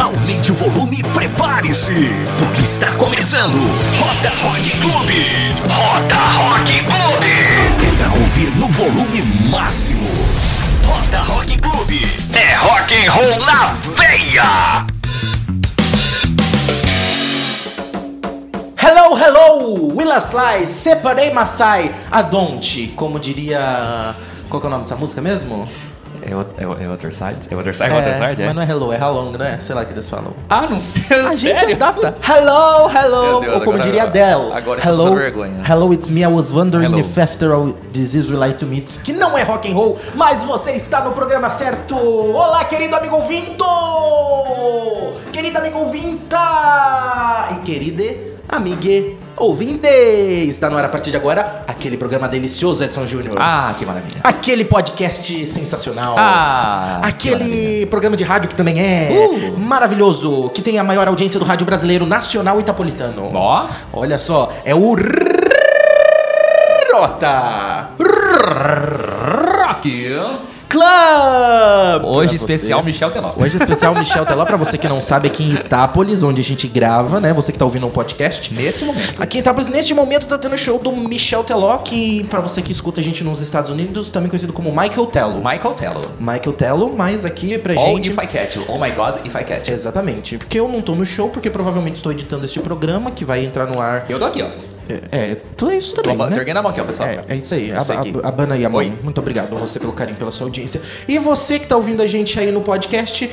Aumente o volume e prepare-se, porque está começando Roda Rock Clube. Roda Rock Clube. Tenta ouvir no volume máximo. Roda Rock Clube. É rock and roll na veia. Hello, hello, Willa Sly, Separei Masai, Adonte, como diria... Qual que é o nome dessa música mesmo? É Other Side? É Other Side? É? Mas não é Hello, é How Long, né? Sei lá o que eles falam. Ah, não sei, A sério? gente adapta. Hello, hello, Deus, ou como agora- diria Adele. agora Hello, estou com vergonha. hello, it's me, I was wondering Hello. if after all this is relate to me. Que não é rock and roll, mas você está no programa certo. Olá, querido amigo ouvinto! Querida amigo ouvinta! E querida amiga ouvinte! Está no ar a partir de agora aquele programa delicioso, Edson Júnior. Ah, que maravilha. Aquele podcast sensacional. Ah, Aquele programa de rádio que também é maravilhoso, que tem a maior audiência do rádio brasileiro, nacional e itapolitano. Ó. Olha só, é o Rota Rock. Club. Hoje Pra especial você. Michel Teló. Hoje especial Michel Teló, pra você que não sabe, aqui em Itápolis, onde a gente grava, né? Você que tá ouvindo um podcast. Neste momento. Aqui em Itápolis, neste momento, tá tendo show do Michel Teló, que pra você que escuta a gente nos Estados Unidos, também conhecido como Michael Tello. Michael Tello. Michael Tello, mas aqui pra Oh, gente... if I catch you. Oh my God, if I catch you. Exatamente, porque eu não tô no show, porque provavelmente estou editando este programa, que vai entrar no ar... Eu tô aqui, ó. Tu é isso também, Tô né? erguendo a mão aqui, ó, pessoal. É isso aí, Eu sei que- abana aí a mão. Oi. Muito obrigado a você pelo carinho, pela sua audiência. E você que tá ouvindo a gente aí no podcast,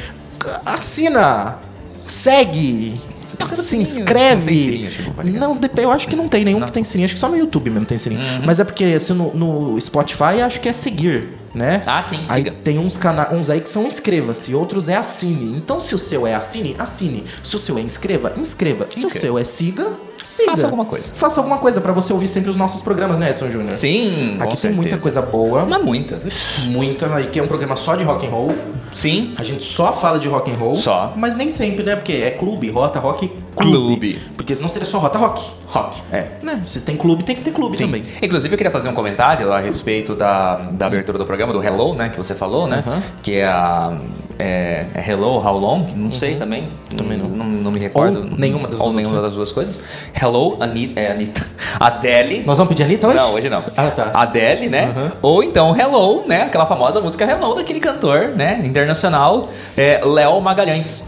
assina, segue, se sininho. Não tem inscreve. sininho, tipo, podcast. Não, eu acho que não tem nenhum que tem sininho, acho que só no YouTube mesmo tem sininho. Mas é porque assim, no Spotify acho que é seguir, né? Ah, sim, Aí siga. tem uns aí que são inscreva-se, outros é assine. Então se o seu é assine, assine. Se o seu é inscreva, inscreva. Se o Inscreva. seu é siga, siga. Faça alguma coisa. Faça alguma coisa pra você ouvir sempre os nossos programas, né, Edson Júnior? Sim, com Aqui tem muita certeza. coisa boa. Mas muita. Muita. Aqui é um programa só de rock and roll. Sim. A gente só fala de rock and roll. Só. Mas nem sempre, né? Porque é clube, Rota Rock Clube. Porque senão seria só Rota Rock. Rock. É. Né? Se tem clube, tem que ter clube Sim. também. Inclusive, eu queria fazer um comentário a respeito da abertura do programa, do Hello, né? Que você falou, né? Aham. Que é a... É Hello, How Long? Não sei também. Também não. Não me recordo. Ou nenhuma das Ou duas nenhuma das duas coisas. Hello, Anitta. Adele. Nós vamos pedir a Anitta hoje? Não, hoje não. Ah, tá. Adele, né? Aham. Ou então Hello, né? Aquela famosa música Hello daquele cantor, né? Internacional, Léo Magalhães.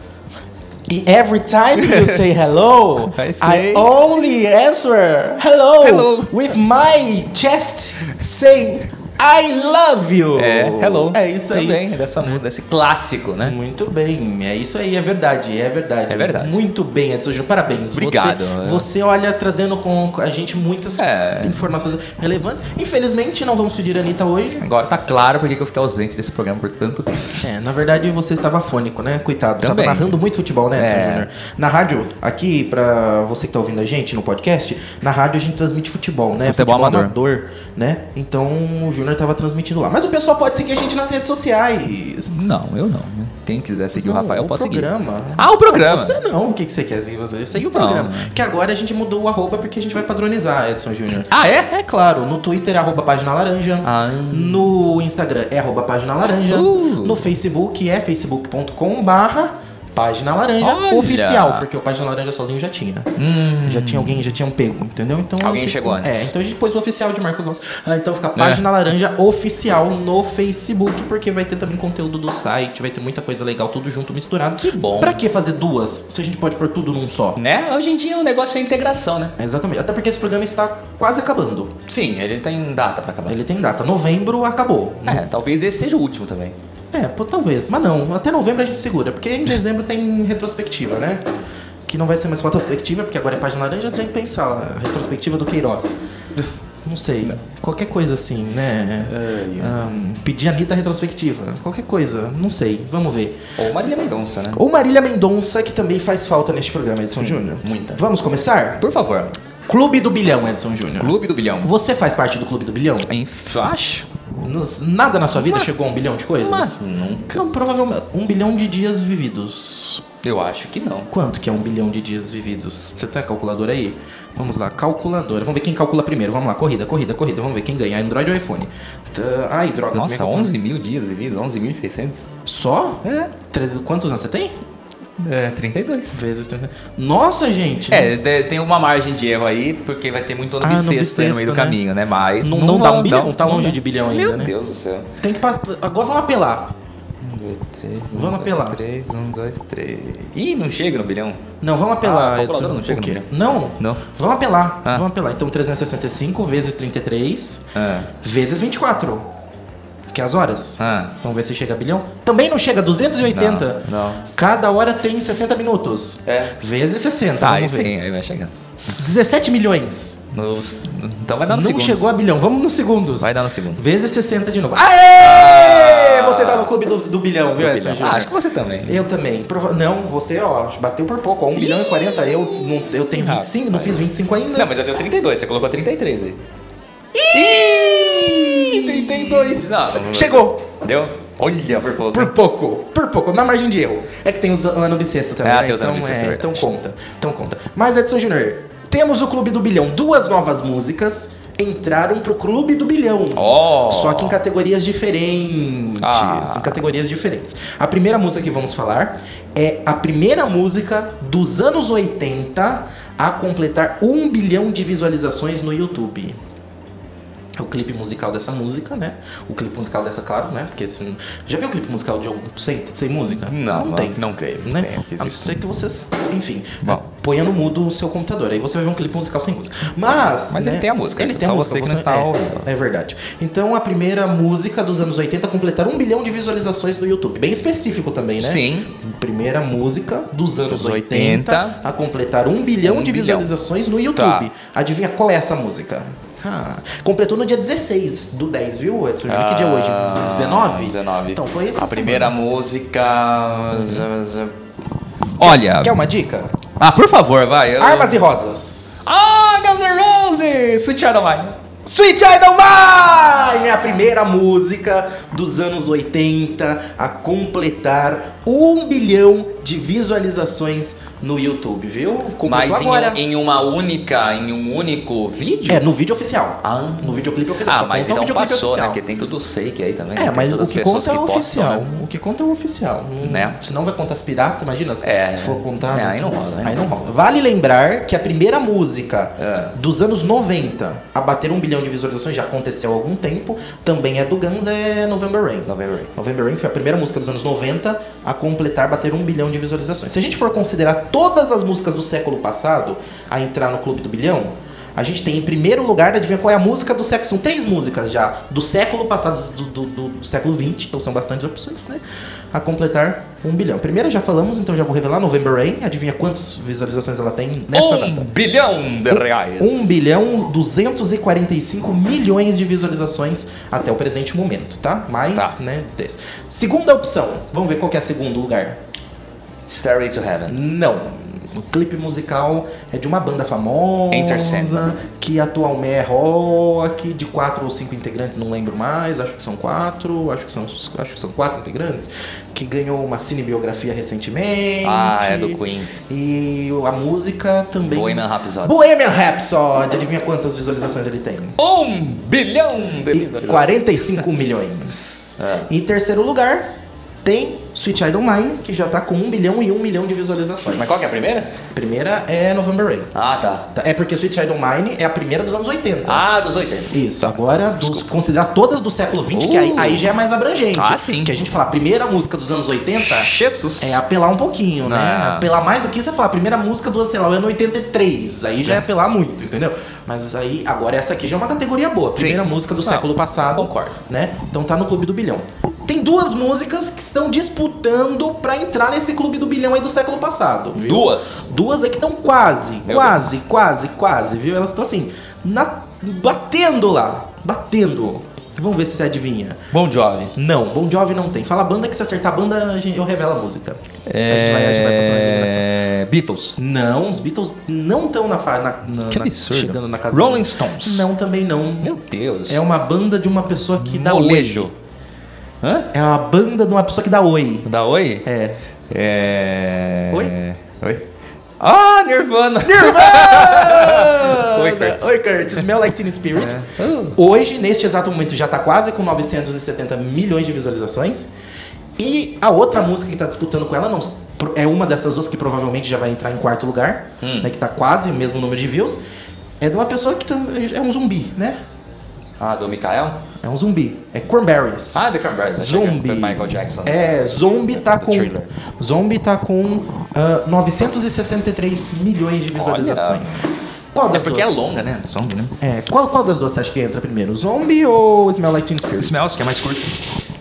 E every time you say hello, I say- I only answer hello, Hello. with my chest saying I love you. Hello. É isso aí. Também, desse clássico, né? Muito bem, é isso aí, é verdade, é verdade. É verdade. Muito bem, Edson Júnior, parabéns. Obrigado. Você olha, trazendo com a gente muitas informações relevantes. Infelizmente, não vamos pedir a Anitta hoje. Agora tá claro porque que eu fiquei ausente desse programa por tanto tempo. Na verdade, você estava afônico, né? Coitado, Também. tava narrando muito futebol, né, Edson É. Júnior? Na rádio, aqui, pra você que tá ouvindo a gente no podcast, na rádio a gente transmite futebol, né? Futebol amador. né? Então, o Júnior tava transmitindo lá. Mas o pessoal pode seguir a gente nas redes sociais. Não, eu não. Quem quiser seguir o Rafael, pode seguir. programa. Ah, o programa. Você não. O que você quer seguir? Você segue o programa. Não. Que agora a gente mudou o arroba porque a gente vai padronizar, Edson Júnior. Ah, é? É claro, no Twitter é @página laranja. Ah. No Instagram é @página laranja. No Facebook é facebook.com/página laranja Olha. oficial, porque o página laranja sozinho já tinha. Já tinha alguém, já tinha um pego, entendeu? Então Alguém ficou- chegou antes. então a gente pôs o oficial de Marcos Alves. Então fica página laranja oficial no Facebook, porque vai ter também conteúdo do site, vai ter muita coisa legal, tudo junto, misturado. Que bom. Pra que fazer duas, se a gente pode pôr tudo num só? Né? Hoje em dia o negócio é integração, né? Exatamente, até porque esse programa está quase acabando. Sim, ele tem data pra acabar. Ele tem data, novembro acabou. Talvez esse seja o último também. Talvez, mas não, até novembro a gente segura, porque em dezembro tem retrospectiva, né? Que não vai ser mais retrospectiva, porque agora é página laranja, já tem que pensar, a retrospectiva do Queiroz. Não sei, qualquer coisa assim, né? Pedir a Anitta retrospectiva, qualquer coisa, não sei, vamos ver. Ou Marília Mendonça, né? Ou Marília Mendonça, que também faz falta neste programa, Edson Sim, Júnior. muita. Vamos começar? Por favor. Clube do Bilhão, Edson Júnior. Clube do Bilhão. Você faz parte do Clube do Bilhão? Acho. Nada na sua vida chegou a 1 bilhão de coisas? Mas nunca. Não, provavelmente 1 bilhão de dias vividos. Eu acho que não. Quanto que é 1 bilhão de dias vividos? Você tem a calculadora aí? Vamos lá, calculadora. Vamos ver quem calcula primeiro. Vamos lá, corrida. Vamos ver quem ganha, Android ou iPhone. Ai, droga. Nossa, também 11 mil dias vividos, 11.600. Só? É. Quantos anos você tem? 32. Vezes 30. Nossa, gente! Tem uma margem de erro aí, porque vai ter muito ano bissexto aí no meio do caminho, né? Mas não dá um bilhão? Tá longe de bilhão ainda, né? Meu Deus do céu. Tem que agora vamos apelar. 1, 2, 3. Vamos apelar. 3, 1, 2, 3. Ih, não chega no bilhão? Não, vamos apelar. Calculadora não chega no bilhão. Não? Vamos apelar. Ah. Vamos apelar. Então 365 vezes 33 vezes 24. Que é as horas. Vamos ver se chega a bilhão. Também não chega, 280. Não. Cada hora tem 60 minutos. Vezes 60. Vamos ver. Sim, aí vai chegando. 17 milhões. Então vai dar no segundo. Não chegou a bilhão. Vamos nos segundos. Vai dar no segundo. Vezes 60 de novo. Aê! Você tá no clube do bilhão, viu, Edson Júnior? Acho que você também. Eu também. Não, você, bateu por pouco. 1 bilhão e 40. Eu tenho 25, não fiz 25 ainda. Não, mas eu tenho 32. Você colocou 33 aí. Ih! 32. Não. Chegou. Deu? Olha, por pouco. Por pouco, na margem de erro. É que tem os ano bissexto também, né? Tem os ano bissexto, então conta. Mas, Edson Júnior, temos o Clube do Bilhão. 2 novas músicas entraram pro Clube do Bilhão. Só que em categorias diferentes. A primeira música que vamos falar é a primeira música dos anos 80 a completar 1 bilhão de visualizações no YouTube. O clipe musical dessa música, né? O clipe musical dessa, claro, né? Porque assim, já viu o clipe musical de sem música? Não tem. Não creio. Né? A não ser que vocês, enfim, ponha no mudo o seu computador. Aí você vai ver um clipe musical sem música. Mas né, ele tem a música. Ele tem só a música. Você que não está ouvindo. É verdade. Então, a primeira música dos anos 80 a completar 1 bilhão de visualizações no YouTube. Bem específico também, né? Sim. Primeira música dos anos 80 a completar 1 bilhão de visualizações no YouTube. Adivinha qual é essa música? Completou no dia 16 do 10, viu, Edson? Que dia é hoje? 19? 19. Então foi essa primeira música... Olha... Quer uma dica? Por favor, vai. Armas e Rosas. Guns N' Roses! Sweet Child O' Mine. Sweet Child O' Mine! A primeira música dos anos 80 a completar 1 bilhão de visualizações no YouTube, viu? Completou mas agora. em um único vídeo? No vídeo oficial. No videoclipe oficial. Mas então passou, né? Porque tem tudo fake aí também. Mas o que conta é o oficial. Postam, né? O que conta é o oficial. Né? Senão vai contar as piratas, imagina. Se for contar... aí não rola. Aí não rola. Vale lembrar que a primeira música dos anos 90 a bater 1 bilhão de visualizações já aconteceu há algum tempo. Também é do Guns, é November Rain. November Rain foi a primeira música dos anos 90 a completar, bater 1 bilhão de visualizações. Se a gente for considerar todas as músicas do século passado a entrar no Clube do Bilhão, a gente tem em primeiro lugar, adivinha qual é a música do século? São 3 músicas já do século passado, do século 20, então são bastantes opções, né? A completar 1 bilhão. Primeira já falamos, então já vou revelar, November Rain. Adivinha quantas visualizações ela tem nesta data? 1 bilhão de reais. 1 bilhão 245 milhões de visualizações até o presente momento, tá? Né? Desse. Segunda opção, vamos ver qual que é o segundo lugar. Stairway to Heaven. Não. O clipe musical é de uma banda famosa que atualmente é rock, de 4 ou 5 integrantes, não lembro mais, acho que são 4, acho que são 4 integrantes, que ganhou uma cinebiografia recentemente. É do Queen. E a música também... Bohemian Rhapsody. Bohemian Rhapsody, adivinha quantas visualizações ele tem? 1 bilhão de visualizações. 45 milhões. Em terceiro lugar... tem Sweet Child O' Mine, que já tá com 1 bilhão e 1 milhão de visualizações. Mas qual que é a primeira? A primeira é November Rain. Tá. É porque Sweet Child O' Mine é a primeira dos anos 80. Dos 80. Isso, agora considerar todas do século 20, que aí já é mais abrangente. Sim. Que a gente fala, a primeira música dos anos 80 Jesus. é apelar um pouquinho, né? Apelar mais do que você falar, a primeira música do ano 83. Aí já é apelar muito, entendeu? Mas aí, agora essa aqui já é uma categoria boa. Primeira música do século passado. Concordo. Né? Então tá no Clube do Bilhão. Tem 2 músicas que estão disputando pra entrar nesse Clube do Bilhão aí do século passado, viu? 2 aí que estão quase, viu? Elas estão assim, batendo lá. Vamos ver se você adivinha. Bon Jovi. Não, Bon Jovi não tem. Fala a banda, que se acertar a banda, eu revelo a música. A gente vai passar na eliminação. Beatles. Não, os Beatles não estão que absurdo. chegando na casa. Rolling Stones. Não, também não. Meu Deus. É uma banda de uma pessoa que dá Molejo. oi. É uma banda de uma pessoa que dá oi. Dá oi? Oi? Nirvana! Oi, Kurt. Smell Like Teen Spirit. Hoje, neste exato momento, já tá quase com 970 milhões de visualizações. E a outra música que tá disputando com ela, não, é uma dessas duas que provavelmente já vai entrar em quarto lugar, né, que tá quase o mesmo número de views. É de uma pessoa que é um zumbi, né? Ah, do Mikael? É um zumbi. É Cranberries. Ah, The Cranberries. Zombie. Michael Jackson. Zombie tá com... Thriller. Zombie tá com 963 milhões de visualizações. Qual das porque duas? é longa, né? Zombie, né? Qual das duas você acha que entra primeiro? Zombie ou Smell Like Teen Spirit? Smells, que é mais curto.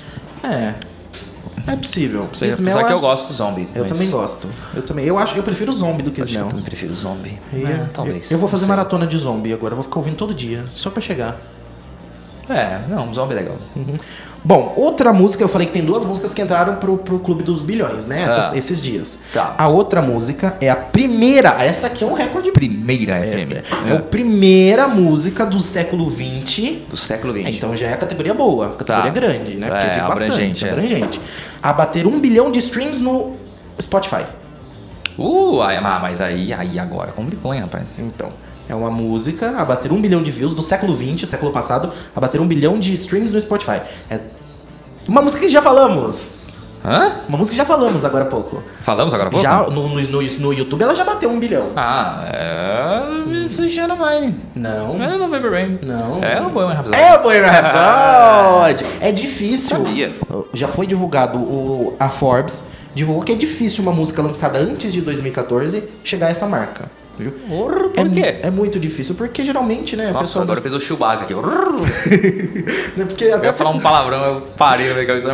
É possível. Apesar que eu gosto do Zombie. Eu também gosto. Eu prefiro Zombie do que Acho que Smell. eu também prefiro Zombie. Talvez. Eu vou fazer Não sei. maratona de Zombie agora. Eu vou ficar ouvindo todo dia, só pra chegar. Zombie é legal. Bom, outra música, eu falei que tem duas músicas que entraram pro Clube dos Bilhões, né? Esses dias. Tá. A outra música é a primeira. Essa aqui é um recorde. Primeira FM. É a primeira música do século XX. Do século XX. Então já é a categoria boa, categoria grande, né? Porque tem abrangente, bastante, abrangente. A bater 1 bilhão de streams no Spotify. Mas aí agora complicou, hein, rapaz? Então, é uma música a bater 1 bilhão de views do século XX, século passado, a bater 1 bilhão de streams no Spotify. É uma música que já falamos. Hã? Uma música que já falamos agora há pouco. Falamos agora há pouco? Já no YouTube ela já bateu 1 bilhão. Isso já não vai, né? Não. É November Rain. Não. É o Bohemian Rhapsody. É o Bohemian Rhapsody. É difícil. Sabia. Já foi divulgado, a Forbes divulgou que é difícil uma música lançada antes de 2014 chegar a essa marca. Viu? Por quê? É muito difícil, porque geralmente, né, a Nossa, pessoa... agora fez o Chewbacca aqui. Porque Eu até ia falar um palavrão, eu parei na minha cabeça.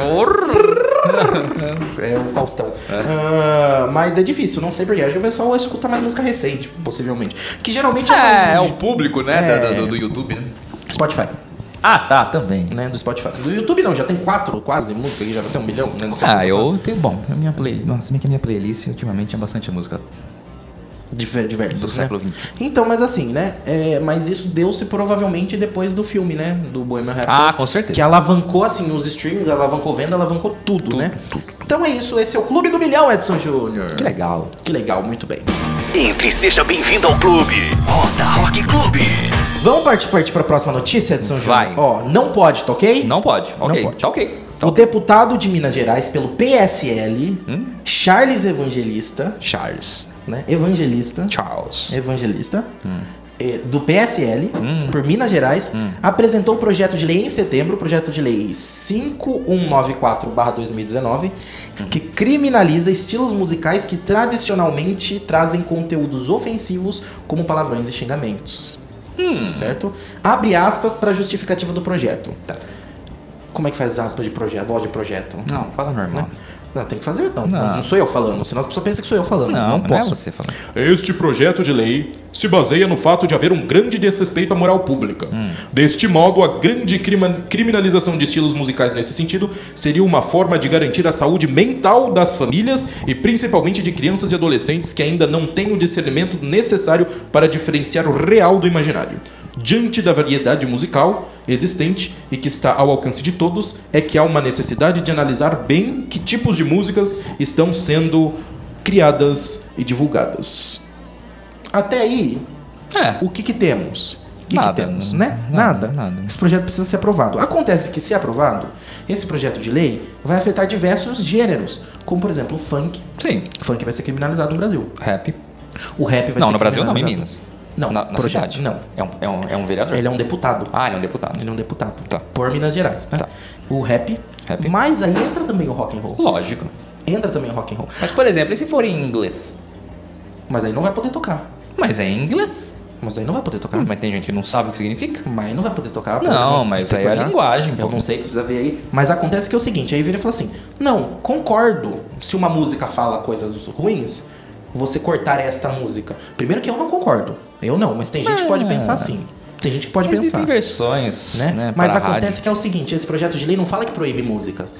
É o Faustão. Mas é difícil, não sei porquê. Acho que o pessoal escuta mais música recente, possivelmente. Que geralmente É mais o público, né, do YouTube, né? Spotify. Tá, também. Né, do Spotify. Do YouTube não, já tem 4 quase músicas aqui, já vai ter 1 bilhão, né? Não sei como Eu tenho... Bom, a minha playlist ultimamente tinha bastante música diversas, do século XX. Então, mas assim, né? Mas isso deu-se provavelmente depois do filme, né? Do Bohemian Rhapsody. Com certeza. Que alavancou, assim, os streams, alavancou venda, alavancou tudo, né? Tudo. Então é isso, esse é o Clube do Bilhão, Edson Júnior. Que legal. Que legal, muito bem. Entre e seja bem-vindo ao clube. Roda Rock Clube. Vamos partir para a próxima notícia, Edson Júnior? Vai. Não pode, tá ok? Não pode. Ok. Não pode. Tá ok. O deputado de Minas Gerais pelo PSL, Charles Evangelista, né? Evangelista, do PSL, por Minas Gerais, apresentou o projeto de lei em setembro, o projeto de lei 5194/2019, que criminaliza estilos musicais que tradicionalmente trazem conteúdos ofensivos como palavrões e xingamentos. Certo? Abre aspas para a justificativa do projeto. Tá. Como é que faz aspas de projeto, voz de projeto? Não, fala normal. Não, tem que fazer. Não sou eu falando, senão as pessoas pensam que sou eu falando. Não posso. Não é você falando. Este projeto de lei se baseia no fato de haver um grande desrespeito à moral pública. Deste modo, a grande criminalização de estilos musicais nesse sentido seria uma forma de garantir a saúde mental das famílias e principalmente de crianças e adolescentes que ainda não têm o discernimento necessário para diferenciar o real do imaginário. Diante da variedade musical existente e que está ao alcance de todos, é que há uma necessidade de analisar bem que tipos de músicas estão sendo criadas e divulgadas. Até aí, o que temos? Nada, né? Nada. Nada. Esse projeto precisa ser aprovado. Acontece que, se aprovado, esse projeto de lei vai afetar diversos gêneros, como, por exemplo, o funk. Sim. O funk vai ser criminalizado no Brasil. Rap. O rap vai ser Não, no Brasil não, em criminalizado. Minas. Não, na projeto, cidade. não. É um vereador? Ele é um deputado. Ele é um deputado. Ele é um deputado. Tá. Por Minas Gerais, tá? O rap. Mas aí entra também o rock and roll. Lógico. Entra também o rock and roll. Mas, por exemplo, e se for em inglês? Mas aí não vai poder tocar. Mas é em inglês? Mas aí não vai poder tocar. Mas tem gente que não sabe o que significa? Mas aí não vai poder tocar. Não, mas aí é a linguagem. Eu não sei, precisa ver aí. Mas acontece que é o seguinte, aí vira e fala assim, não, concordo se uma música fala coisas ruins, você cortar esta música. Primeiro que eu não concordo. Eu não, mas tem gente que pode pensar assim. Tem gente que pode pensar. Existem versões, né? Mas acontece que é o seguinte, esse projeto de lei não fala que proíbe músicas.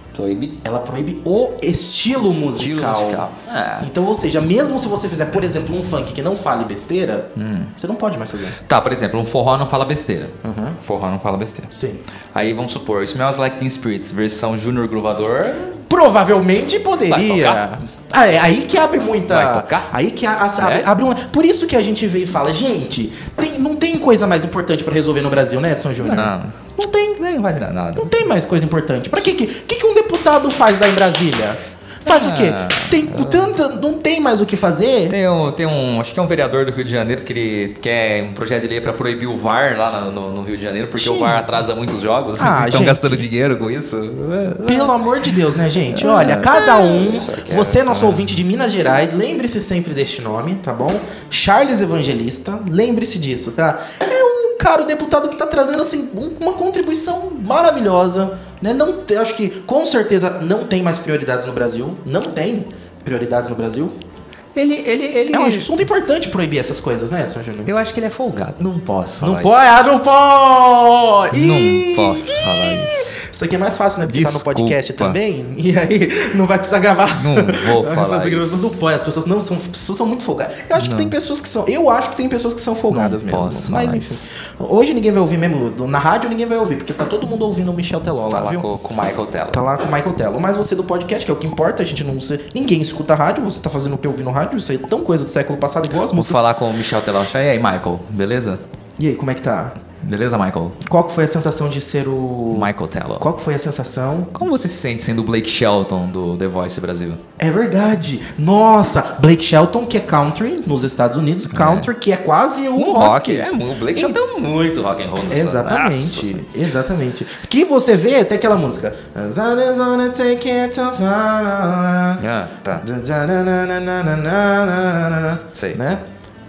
Ela proíbe o estilo musical. Então, ou seja, mesmo se você fizer, por exemplo, um funk que não fale besteira, você não pode mais fazer. Tá, por exemplo, um forró não fala besteira. Forró não fala besteira. Sim. Aí vamos supor, Smells Like Teen Spirits, versão Junior Groovador. Provavelmente poderia. Vai tocar? É aí que abre muita. Vai tocar? Aí que abre uma. Por isso que a gente veio e fala, gente, não tem coisa mais importante pra resolver no Brasil, né, Edson Júnior? Não tem. Nem vai virar nada. Não tem mais coisa importante. Pra que um deputado faz lá em Brasília? Faz o quê? Não tem mais o que fazer? Tem um, acho que é um vereador do Rio de Janeiro que ele quer um projeto de lei para proibir o VAR lá no Rio de Janeiro, porque o VAR atrasa muitos jogos. Estão gente, gastando dinheiro com isso. Pelo amor de Deus, né, gente? Olha, cada um, você, nosso ouvinte de Minas Gerais, lembre-se sempre deste nome, tá bom? Charles Evangelista, lembre-se disso, tá? É um cara, o deputado que tá trazendo, assim, uma contribuição maravilhosa, né? Acho que, com certeza, não tem mais prioridades no Brasil. Não tem prioridades no Brasil. Ele É um assunto importante proibir essas coisas, né, Edson Júnior? Eu acho que ele é folgado. Não posso falar Não pode! Não pode! Não posso falar isso. Isso aqui é mais fácil, né? Porque tá no Desculpa. podcast também. E aí não vai precisar gravar. Não vou falar fazer gravação isso. do pó. As pessoas não são. As pessoas são muito folgadas. Eu acho que tem pessoas que são. Eu acho que tem pessoas que são folgadas Não mesmo. posso Mas falar enfim. isso. Hoje ninguém vai ouvir mesmo. Na rádio ninguém vai ouvir, porque tá todo mundo ouvindo o Michel Teló Tá lá, lá viu? com o Michael Tello. Tá lá com o Michael Tello. Mas você do podcast, que é o que importa, a gente não. Ninguém escuta rádio, você tá fazendo o que eu vi no rádio, isso aí é tão coisa do século passado, igual as Vamos músicas. falar com o Michel Tello. E aí, Michael? Beleza? E aí, como é que tá? Beleza, Michael? Qual que foi a sensação de ser o. Michael Tello. Qual que foi a sensação? Como você se sente sendo o Blake Shelton do The Voice Brasil? É verdade. Nossa, Blake Shelton, que é country nos Estados Unidos, country que é quase um rock. O Blake Shelton é muito rock and roll nos Exatamente, Nossa. exatamente. Que você vê até aquela música. Tá. Sei. Né?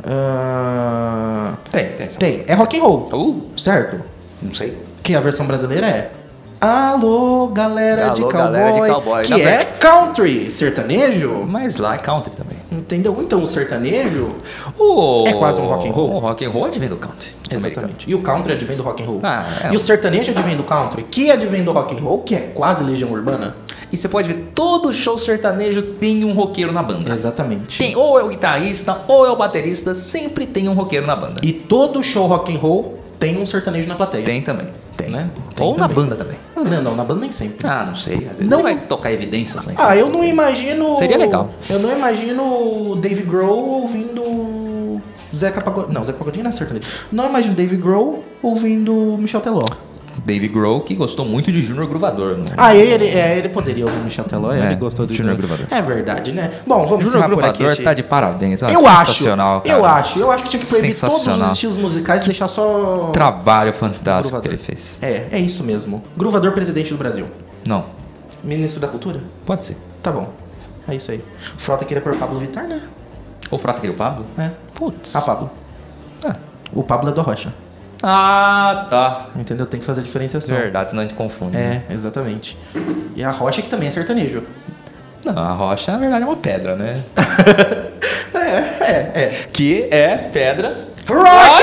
Tem. Tem. É rock and roll, certo? Não sei. Que a versão brasileira é Alô, galera de cowboy, Ainda que é bem. country, sertanejo. Mas lá é country também. Entendeu? Então o sertanejo É quase um rock and roll? O rock and roll advém do country. Exatamente. E o country advém do rock and roll. É. E o sertanejo advém do country, que advém do rock and roll, que é quase legião urbana. E você pode ver, todo show sertanejo tem um roqueiro na banda. Exatamente. Tem, ou é o guitarrista, ou é o baterista, sempre tem um roqueiro na banda. E todo show rock and roll tem um sertanejo na plateia. Tem também. Tem. Né? Tem Ou na também. banda também. Não, na banda nem sempre. Não sei. Às vezes Não. não vai tocar evidências lá em cima. Eu não imagino. Seria legal. Eu não imagino o Dave Grohl ouvindo Zeca Pagodinho. Não, Zeca Pagodinho não é sertanejo. Não imagino Dave Grohl ouvindo Michel Teló. Dave Grohl, que gostou muito de Júnior Gruvador. Né? Ele poderia ouvir Michel Teló. Ele gostou do Júnior Gruvador. É verdade, né? Bom, vamos Júnior encerrar por aqui. Gruvador tá de parabéns. Eu acho Sensacional, cara. Eu acho que tinha que proibir todos os Sensacional. estilos musicais e deixar só. Trabalho fantástico Gruvador. que ele fez. É isso mesmo. Gruvador presidente do Brasil. Não, Ministro da Cultura? pode ser. Tá bom. É isso aí. Frota queria pôr Pablo Vittar, né? Ou Frata queria o Pablo? É. Putz. Pablo. Ah. O Pablo é do Rocha. Tá. Entendeu? Tem que fazer a diferenciação. Verdade, senão a gente confunde. né? É, exatamente. E a Rocha que também é sertanejo. Não, a rocha, na verdade, é uma pedra, né? É. Que é pedra. Rock!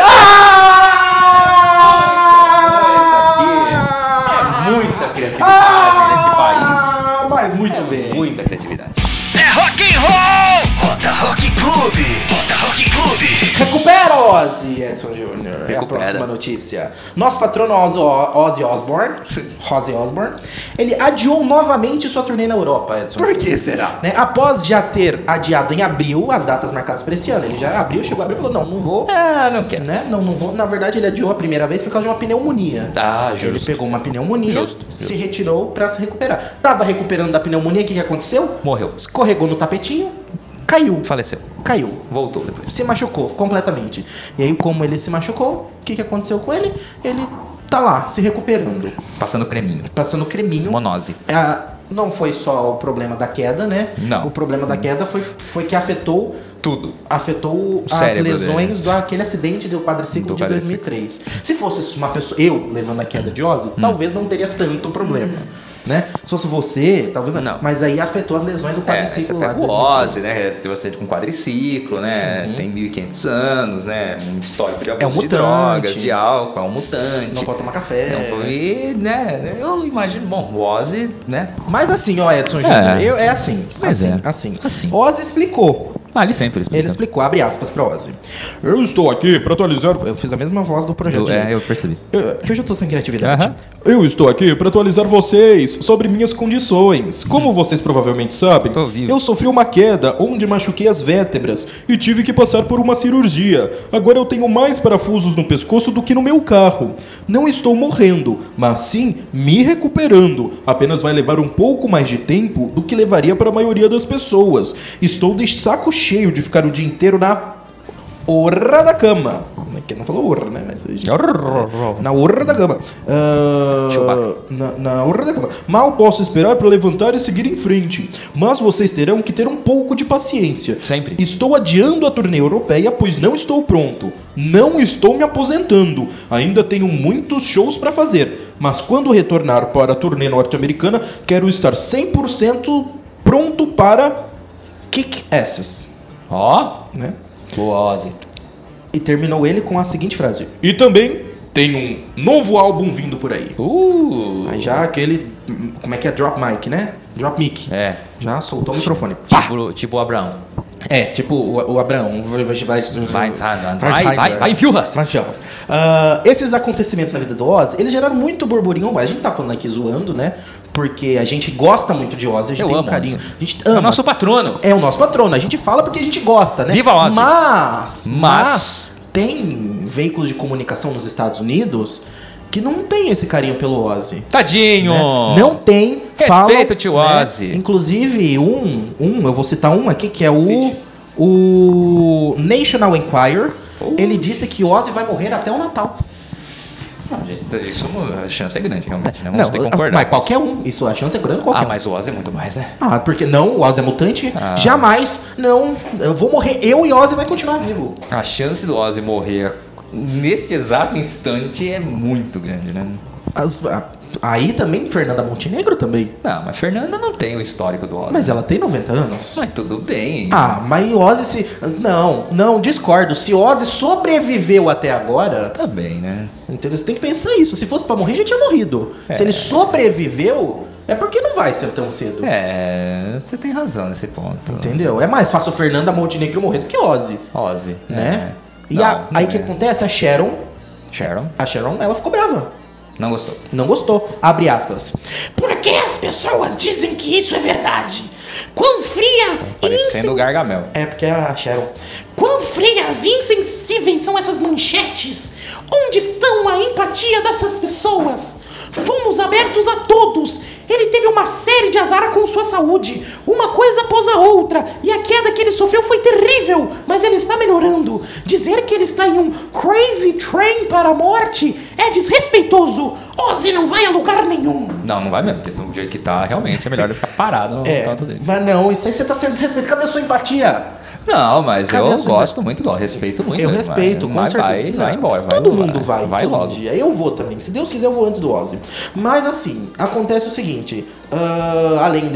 Muita criatividade nesse país. Mas muito bem. Muita criatividade. É rock and roll! Roda Rock Clube! Roda Rock Clube! Recupera, Ozzy, Edson Júnior. É a Recupera. próxima notícia. Nosso patrono Ozzy Osbourne, ele adiou novamente sua turnê na Europa, Edson. Por Júnior. que será? Né? Após já ter adiado em abril as datas marcadas para esse ano. Ele já chegou a abril e falou, não vou. Ah, não quero. Né? Não vou. Na verdade, ele adiou a primeira vez por causa de uma pneumonia. Ah, Ele justo. pegou uma pneumonia, Justo. se retirou pra se recuperar. Tava recuperando da pneumonia, o que aconteceu? Morreu. Escorregou no tapetinho, caiu. Faleceu. Caiu. Voltou depois. Se machucou completamente. E aí, como ele se machucou, o que aconteceu com ele? Ele tá lá, se recuperando. Passando creminho. Passando creminho. Monose. Não foi só o problema da queda, né? Não. O problema da queda foi que afetou Tudo. as cérebro lesões daquele acidente do quadriciclo Do de quadriciclo. 2003. Se fosse uma pessoa, eu levando a queda de Ozzy, talvez não teria tanto problema, né? Se fosse você, talvez não. Mas aí afetou as lesões do Você quadriciclo lá. pega de o 2003. Ozzy, né? Se você com quadriciclo, né? Tem 1.500 anos, né? Um histórico de abuso É um de mutante. drogas, de álcool, é um mutante. Não pode tomar café. E, né? Eu imagino, bom, o Ozzy, né? Mas assim, ó, Edson Júnior, é assim. Mas assim. Assim. Ozzy explicou. Ele sempre explica. Ele explicou, abre aspas pra Ozzy. Eu estou aqui para atualizar. Eu fiz a mesma voz do projeto de lei. Eu percebi. Porque hoje eu tô sem criatividade. Eu estou aqui para atualizar vocês sobre minhas condições. Como vocês provavelmente sabem, Tô vivo. eu sofri uma queda onde machuquei as vértebras e tive que passar por uma cirurgia. Agora eu tenho mais parafusos no pescoço do que no meu carro. Não estou morrendo, mas sim me recuperando. Apenas vai levar um pouco mais de tempo do que levaria para a maioria das pessoas. Estou de saco cheio de ficar o dia inteiro na orra da cama. Que não falou orra, né? Mas a gente... Na orra da cama. Na orra da cama. Mal posso esperar para levantar e seguir em frente. Mas vocês terão que ter um pouco de paciência. Sempre. Estou adiando a turnê europeia, pois não estou pronto. Não estou me aposentando. Ainda tenho muitos shows para fazer. Mas quando retornar para a turnê norte-americana, quero estar 100% pronto para kick-asses. Ó, Né? boa, Ozzy. E terminou ele com a seguinte frase. E também tem um novo álbum vindo por aí. Aí já aquele... Como é que é? Drop mic, né? Drop mic. É, Já soltou o microfone. tipo o Abraão. É, tipo o Abraão. Vai, Vilha. Mas, ó, esses acontecimentos na vida do Ozzy, eles geraram muito burburinho. Mas a gente tá falando aqui zoando, né? Porque a gente gosta muito de Ozzy, a gente Eu tem um amo carinho. Ozzy. A gente É ama. o nosso patrono. É o nosso patrono. A gente fala porque a gente gosta, né? Viva Ozzy! Mas tem veículos de comunicação nos Estados Unidos que não tem esse carinho pelo Ozzy. Tadinho. Né? Não tem. Respeita o tio né? Ozzy. Inclusive, eu vou citar um aqui, que é o National Enquirer. Ele disse que Ozzy vai morrer até o Natal. Não, gente, isso a chance é grande, realmente, né? Não, Vamos ter que concordar. mas qualquer um. Isso, a chance é grande qualquer um. Mas o Ozzy é muito mais, né? Porque não, o Ozzy é mutante. Jamais. Não, eu vou morrer. Eu e Ozzy vai continuar vivo. A chance do Ozzy morrer neste exato instante é muito grande, né? Aí também, Fernanda Montenegro também. Não, mas Fernanda não tem o histórico do Ozzy. Mas ela tem 90 anos. Mas tudo bem. Mas Ozzy se... Não, discordo. Se Ozzy sobreviveu até agora... Tá bem, né? Entendeu? Você tem que pensar isso. Se fosse pra morrer, já tinha morrido. Se ele sobreviveu, é porque não vai ser tão cedo. Você tem razão nesse ponto. Entendeu? É mais fácil Fernanda Montenegro morrer do que Ozzy. Ozzy, Né? E Não, aí o que acontece? A Sharon, ela ficou brava. Não gostou. Não gostou. Abre aspas. Por que as pessoas dizem que isso é verdade? Quão frias Parecendo o Gargamel. É, porque é a Sharon. Quão frias e insensíveis são essas manchetes? Onde estão a empatia dessas pessoas? Fomos abertos a todos. Ele teve uma série de azar com sua saúde, uma coisa após a outra, e a queda que ele sofreu foi terrível, mas ele está melhorando. Dizer que ele está em um crazy train para a morte é desrespeitoso. Ozzy não vai a lugar nenhum. Não vai mesmo, porque do jeito que tá, realmente é melhor ele ficar parado no canto dele. Mas não, isso aí você está sendo desrespeitado. Cadê a sua empatia? Não, mas Cadê eu a sua gosto muito do respeito muito. Eu mesmo, respeito, com certeza. Vai embora. Todo mundo vai todo logo. dia. Eu vou também. Se Deus quiser, eu vou antes do Ozzy. Mas assim, acontece o seguinte. Além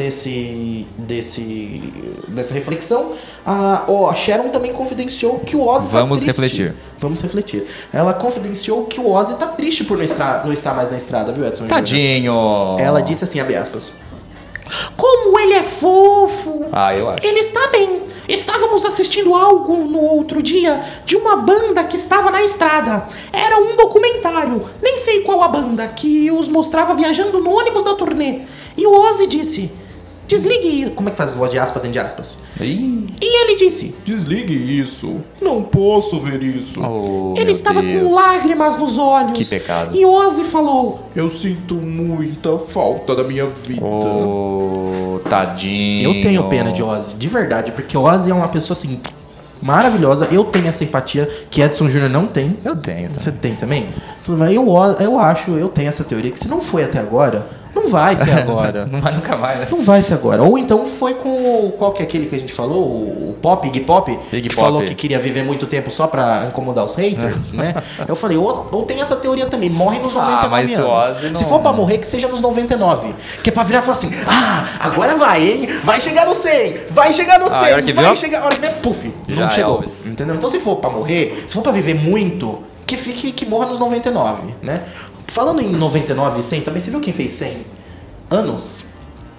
dessa reflexão, a Sharon também confidenciou que o Ozzy tá triste. Vamos refletir. Ela confidenciou que o Ozzy tá triste por não estar mais na estrada, viu, Edson? Tadinho! Ela disse assim, abre aspas. Como ele é fofo! Eu acho. Ele está bem. Estávamos assistindo algo no outro dia de uma banda que estava na estrada. Era um documentário, nem sei qual a banda, que os mostrava viajando no ônibus da turnê. E o Ozzy disse, desligue... Como é que faz voz de aspas dentro de aspas? E ele disse... Desligue isso. Não posso ver isso. Ele estava com lágrimas nos olhos. Que pecado. E Ozzy falou... Eu sinto muita falta da minha vida. Tadinho. Eu tenho pena de Ozzy, de verdade, porque Ozzy é uma pessoa assim maravilhosa. Eu tenho essa empatia que Edson Júnior não tem. Eu tenho também. Você tem também? Eu tenho essa teoria que se não foi até agora, não vai ser agora. Não vai nunca mais, né? Não vai ser agora. Ou então foi com qual que é aquele que a gente falou? O Iggy Pop, que falou que queria viver muito tempo só pra incomodar os haters, né? Eu falei, ou tem essa teoria também, morre nos 99 anos. Se for pra morrer, que seja nos 99. Que é pra virar e falar assim, agora vai, hein? Vai chegar no 100, vai chegar no 100, a hora que vem, puf, não chegou. Entendeu? Então se for pra morrer, se for pra viver muito, que morra nos 99, né? Falando em 99 e 100 também, você viu quem fez 100 anos?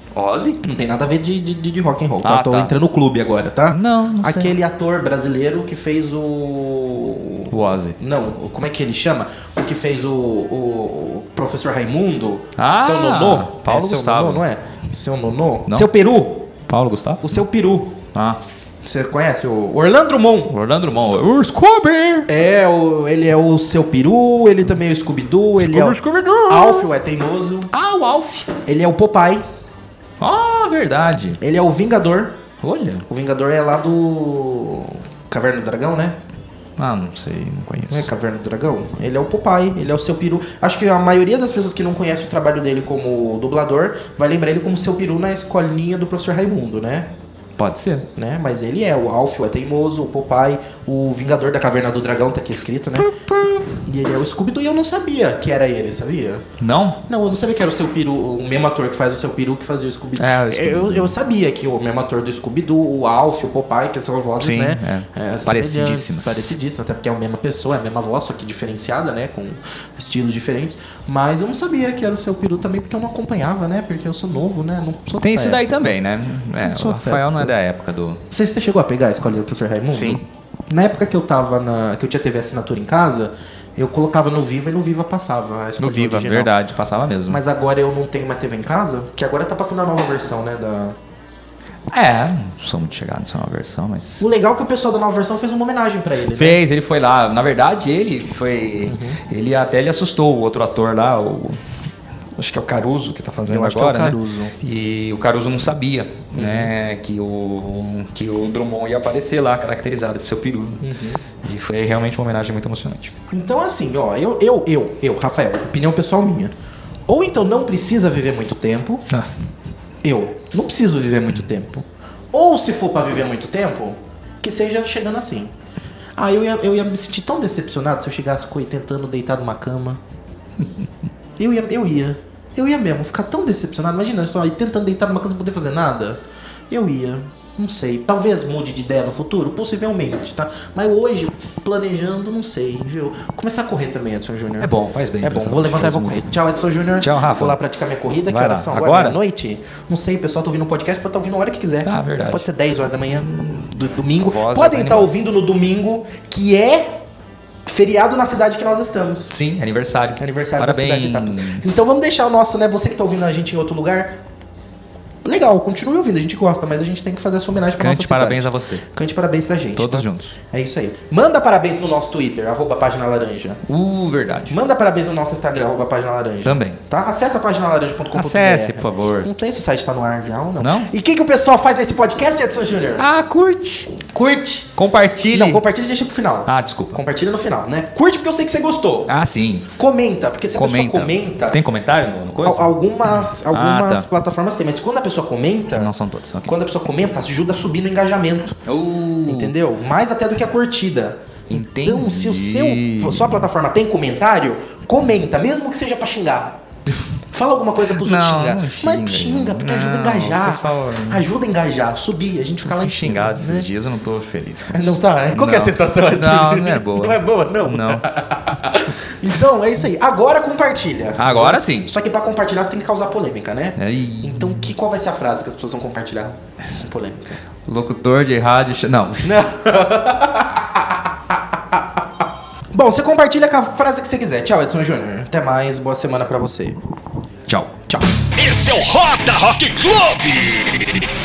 Ozzy? Não tem nada a ver de rock and roll, tá? Ah, Eu tô tá. entrando no clube agora, tá? Não sei. Aquele ator brasileiro que fez o Ozzy. Não, como é que ele chama? O que fez o Professor Raimundo? Ah, Seu Nonô? Paulo Seu Gustavo. Nonô, não é? Seu Nonô? Não. Seu Peru? Paulo Gustavo? O Seu Peru. Ah. Você conhece? O Orlando Drummond. Orlando Drummond. O Scooby! Ele é o Seu Peru, ele também é o Scooby-Doo, ele é o Scooby-Doo. Alf, o É Teimoso. Ah, o Alf. Ele é o Popeye, Ah, verdade. ele é o Vingador. Olha. O Vingador é lá do Caverna do Dragão, né? Ah, não sei, não conheço. Não é Caverna do Dragão? Ele é o Popeye, ele é o Seu Peru. Acho que a maioria das pessoas que não conhecem o trabalho dele como dublador vai lembrar ele como Seu Peru na escolinha do Professor Raimundo, né? Pode ser. Né? Mas ele é o Alf, o É Teimoso, o Popeye, o Vingador da Caverna do Dragão, tá aqui escrito, né? E ele é o Scooby-Doo e eu não sabia que era ele, sabia? Não? Não, eu não sabia que era o Seu Peru, o mesmo ator que faz o Seu Peru que fazia o Scooby-Doo. É, o Scooby-Doo. Eu sabia que o mesmo ator do Scooby-Doo, o Alf, o Popeye, que são vozes, Sim, né? parecidíssimas. Parecidíssimas, até porque é a mesma pessoa, é a mesma voz, só que diferenciada, né? Com estilos diferentes. Mas eu não sabia que era o Seu Peru também, porque eu não acompanhava, né? Porque eu sou novo, né? Não sou Tem dessa isso daí época. também, né? É, Sou o Rafael certo. não é da época do... Você chegou a pegar a escolinha do Professor Raimundo? Sim. Na época que eu tava que eu tinha TV assinatura em casa, eu colocava no Viva e no Viva passava a escolinha No Viva, original. verdade, passava mesmo. Mas agora eu não tenho uma TV em casa, que agora tá passando a nova versão, né? Não sou muito chegado nessa nova versão, mas... O legal é que o pessoal da nova versão fez uma homenagem pra ele, né? Fez, ele foi lá. Na verdade, ele foi... Ele até ele assustou o outro ator lá, acho que é o Caruso que tá fazendo Eu acho agora, que é o né? Caruso. E o Caruso não sabia, né? Que o Drummond ia aparecer lá, caracterizado de Seu Peru. E foi realmente uma homenagem muito emocionante. Então, assim, ó, eu, Rafael, opinião pessoal minha. Ou então não precisa viver muito tempo. Eu não preciso viver muito tempo. Ou se for pra viver muito tempo, que seja chegando assim. Eu ia me sentir tão decepcionado se eu chegasse com 80 anos deitado numa cama. Eu ia mesmo ficar tão decepcionado. Imagina, só aí tentando deitar numa cama sem poder fazer nada. Eu ia. Não sei. Talvez mude de ideia no futuro, possivelmente, tá? Mas hoje, planejando, não sei, viu? Começar a correr também, Edson Júnior. É bom, faz bem. É bom, vou levantar e vou correr. Tchau, Edson Júnior. Tchau, Rafa. Vou lá praticar minha corrida. Que Vai horas lá. são Agora? À noite? Não sei, o pessoal tá ouvindo o podcast, pode estar ouvindo a hora que quiser. Ah, verdade. Pode ser 10 horas da manhã do domingo. Voz já Podem tá estar animada. ouvindo no domingo, que é feriado na cidade que nós estamos. Sim, aniversário. Aniversário Parabéns. da cidade de Itapas. Então vamos deixar o nosso, né? Você que tá ouvindo a gente em outro lugar. Legal, continue ouvindo, a gente gosta, mas a gente tem que fazer essa homenagem pra nossa Cante cidade. parabéns a você. Cante parabéns pra gente. Todos tá? juntos. É isso aí. Manda parabéns no nosso Twitter, @página laranja. Verdade. Manda parabéns no nosso Instagram, @página laranja. Também. Tá? Acesse a páginalaranja.com.br. Acesse, por favor. Não sei se o site tá no ar já ou não. Não? E o que o pessoal faz nesse podcast, Edson Júnior? Curte. Curte. Compartilhe. Não, compartilha e deixa pro final. Desculpa. Compartilha no final, né? Curte porque eu sei que você gostou. Sim. Comenta, porque se a pessoa comenta... Tem comentário no coisa? Algumas tá. plataformas tem, mas quando a pessoa comenta... Não são todos. ok. Quando a pessoa comenta, ajuda a subir no engajamento. Entendeu? Mais até do que a curtida. Entendi. Então, se sua plataforma tem comentário, comenta, mesmo que seja pra xingar. Fala alguma coisa pros outros xingar. Não Mas xinga, xinga, porque não, ajuda a engajar. pessoal- Ajuda a engajar, subir, a gente fica lá em cima, xingado esses né? dias, eu não tô feliz com Não isso. tá? Qual que é a Não. sensação? Não é boa. Não é boa, não? Não. Então, é isso aí. Agora compartilha. Agora sim. Só que pra compartilhar você tem que causar polêmica, né? Aí. Então, qual vai ser a frase que as pessoas vão compartilhar? Polêmica. Locutor de rádio... Não. Bom, você compartilha com a frase que você quiser. Tchau, Edson Júnior. Até mais. Boa semana pra você. Tchau. Tchau. Esse é o Roda Rock Clube.